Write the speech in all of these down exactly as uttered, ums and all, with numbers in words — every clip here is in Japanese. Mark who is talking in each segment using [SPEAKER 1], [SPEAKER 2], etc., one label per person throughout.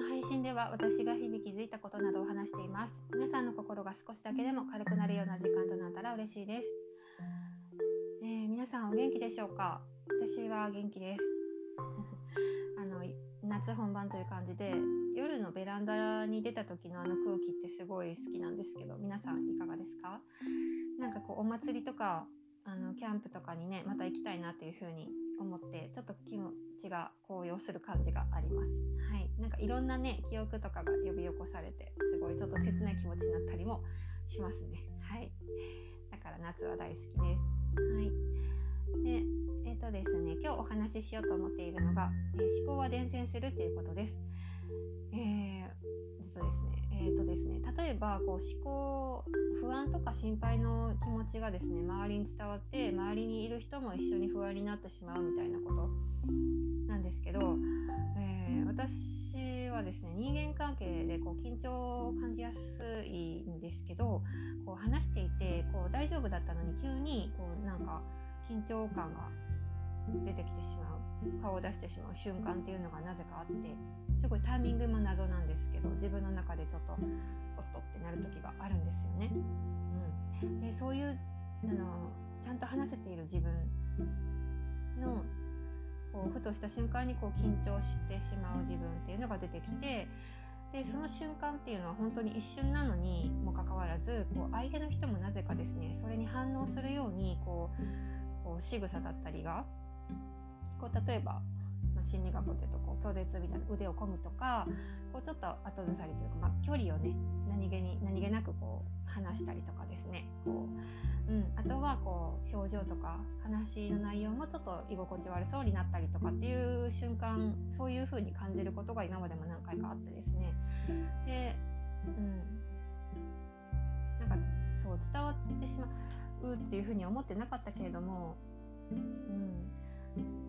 [SPEAKER 1] 配信では私が日々気づいたことなどを話しています。皆さんの心が少しだけでも軽くなるような時間となったら嬉しいです。えー、皆さんお元気でしょうか？私は元気ですあの夏本番という感じで、夜のベランダに出た時のあの空気ってすごい好きなんですけど、皆さんいかがですか？なんかこうお祭りとかあのキャンプとかにね、また行きたいなっていう風に思って、ちょっと気持ちが高揚する感じがあります。はい、なんかいろんなね記憶とかが呼び起こされて、すごいちょっと切ない気持ちになったりもしますね。はい、だから夏は大好きです。はい。で、えっとですね、今日お話ししようと思っているのが、えー、思考は伝染するということです。えー、そうですね。えーとですね、例えばこう思考、不安とか心配の気持ちがですね、周りに伝わって、周りにいる人も一緒に不安になってしまうみたいなことなんですけど、えー、私はですね、人間関係でこう緊張を感じやすいんですけど、こう話していてこう大丈夫だったのに急にこうなんか緊張感が出てきてしまう、顔を出してしまう瞬間っていうのがなぜかあって、すごいタイミングも謎なんですけど、自分の中でちょっとおっとってなる時があるんですよね。うん、でそういうあのちゃんと話せている自分のこうふとした瞬間にこう緊張してしまう自分っていうのが出てきて、でその瞬間っていうのは本当に一瞬なのにもかかわらず、こう相手の人もなぜかですね、それに反応するようにこうこう仕草だったりがこう例えば、まあ、心理学でいうとこう拒絶みたいな腕を込むとか、こうちょっと後ずさりというか、まあ、距離をね何気に何気なくこう話したりとかですね、こう、うん、あとはこう表情とか話の内容もちょっと居心地悪そうになったりとかっていう瞬間、そういう風に感じることが今までも何回かあってですね、で、うん、なんかそう伝わってしまうっていう風に思ってなかったけれども、うん、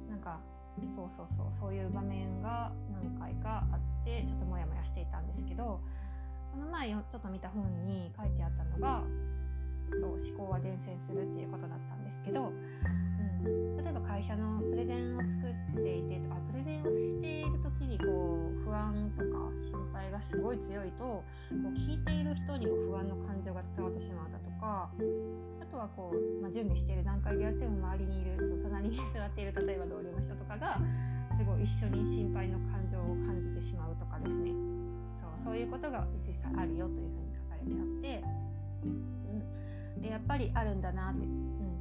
[SPEAKER 1] なんかそうそうそうそういう場面が何回かあって、ちょっとモヤモヤしていたんですけど、この前ちょっと見た本に書いてあったのが、そう思考は伝染するっていうことだったんですけど、うん、例えば会社のプレゼンを作っていて、あプレゼンをしている時にこう不安とか心配がすごい強いと、こう聞いている人にも不安の感情が伝わってしまうだとか、あとはこう、まあ、準備している段階であっても周りにいる隣に座っている例えば同僚の人とかがすごい一緒に心配の感情を感じてしまうとかですね、そう、そういうことが実際あるよというふうに書かれてあって、うん、でやっぱりあるんだなって、うん、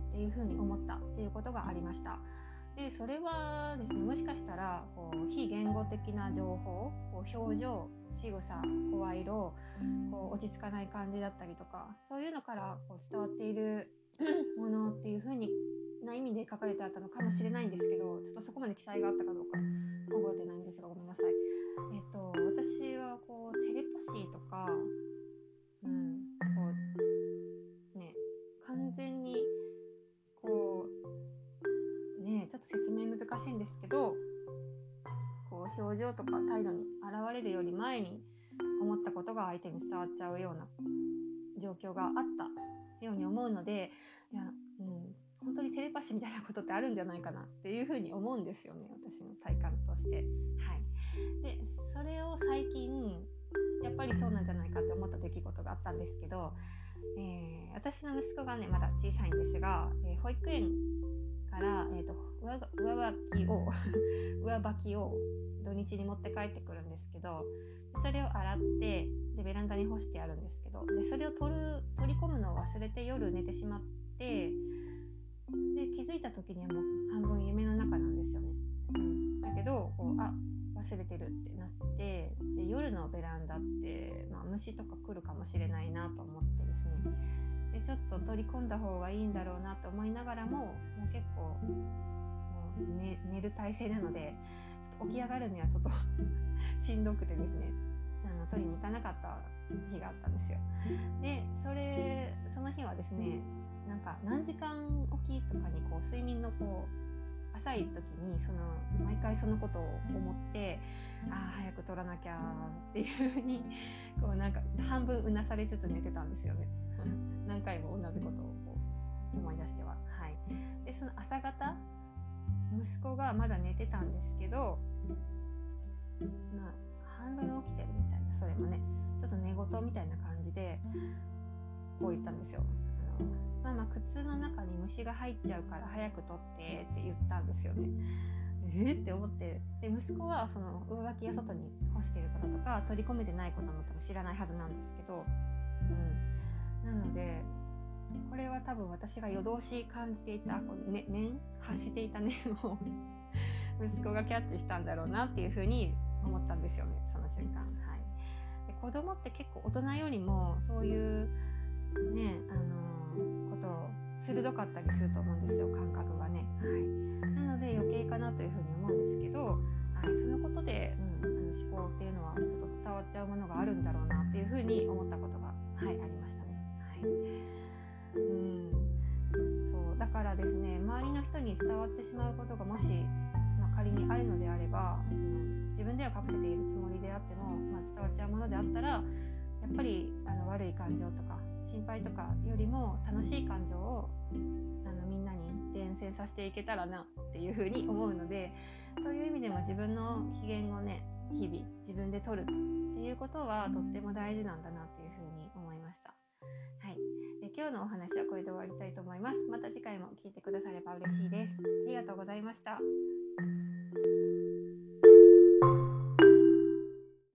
[SPEAKER 1] っていうふうに思ったっていうことがありました。でそれはですね、もしかしたらこう非言語的な情報、こう表情、仕草、声色、こう落ち着かない感じだったりとか、そういうのからこう伝わっているものっていう風にな意味で書かれてあったのかもしれないんですけど、ちょっとそこまで記載があったかどうか覚えてないんですが、ごめんなさい。えっと私はこうテレパシーとか、うん、こうね完全にこうねちょっと説明難しいんですけど、こう表情とか態度に現れるより前に思ったことが相手に伝わっちゃうような状況があったように思うので、いや、うん、本当にテレパシーみたいなことってあるんじゃないかなっていうふうに思うんですよね、私の体感として。はい、でそれを最近やっぱりそうなんじゃないかって思った出来事があったんですけど、えー、私の息子がねまだ小さいんですが、えー、保育園から、えーと、上上履きを上履きを土日に持って帰ってくるんですけど、それを洗ってでベランダに干してあるんですけど、でそれを取る取り込むのを忘れて夜寝てしまって、で気づいた時にはもう半分夢の中なんですよね、うん、だけどこうあ忘れてるってなって、で夜のベランダって、まあ、虫とか来るかもしれないなと思ってですね、でちょっと取り込んだ方がいいんだろうなと思いながらも、もう結構もう、ね、寝る体勢なのでちょっと起き上がるにはちょっとしんどくてですね、あの取りに行かなかった日があったんですよ。でそれその日はですね、なんか何時間起きとかにこう睡眠のこう浅い時にその毎回そのことを思って、ああ早く取らなきゃっていう風にこうなんか半分うなされつつ寝てたんですよね何回も同じことをこう思い出しては、はい、でその朝方息子がまだ寝てたんですけど、まあ、 半分起きてるみたいな、それもねちょっと寝言みたいな感じでこう言ったんですよ。あのママ、靴の中に虫が入っちゃうから早く取ってって言ったんですよね。えー、って思って、で息子はその上履きや外に干していることとか取り込めてないことも多分知らないはずなんですけど、うん、なのでこれは多分私が夜通し感じていたこう、ね、念発していた念を息子がキャッチしたんだろうなっていうふうに思ったんですよね、その瞬間。はい、で子供って結構大人よりもそういうね、あのー、ことを鋭かったりすると思うんですよ、感覚がね。はい、なので余計かなというふうに思うんですけど、はい、そのことで、うん、あの思考っていうのはちょっと伝わっちゃうものがあるんだろうなっていうふうに思ったことが、はい、ありましたね。はい、うん、そうだからですね、周りの人に伝わってしまうことがもし、まあ、仮にあるのであれば、その自分では隠せているつもりであっても、まあ、伝わっちゃうものであったら、やっぱりあの悪い感情とか心配とかよりも楽しい感情をあのみんなに伝染させていけたらなっていうふうに思うので、そういう意味でも自分の機嫌をね、日々自分で取るっていうことはとっても大事なんだなっていうふうに思いました。はい、で今日のお話はこれで終わりたいと思います。また次回も聞いてくだされば嬉しいです。ありがとうございました。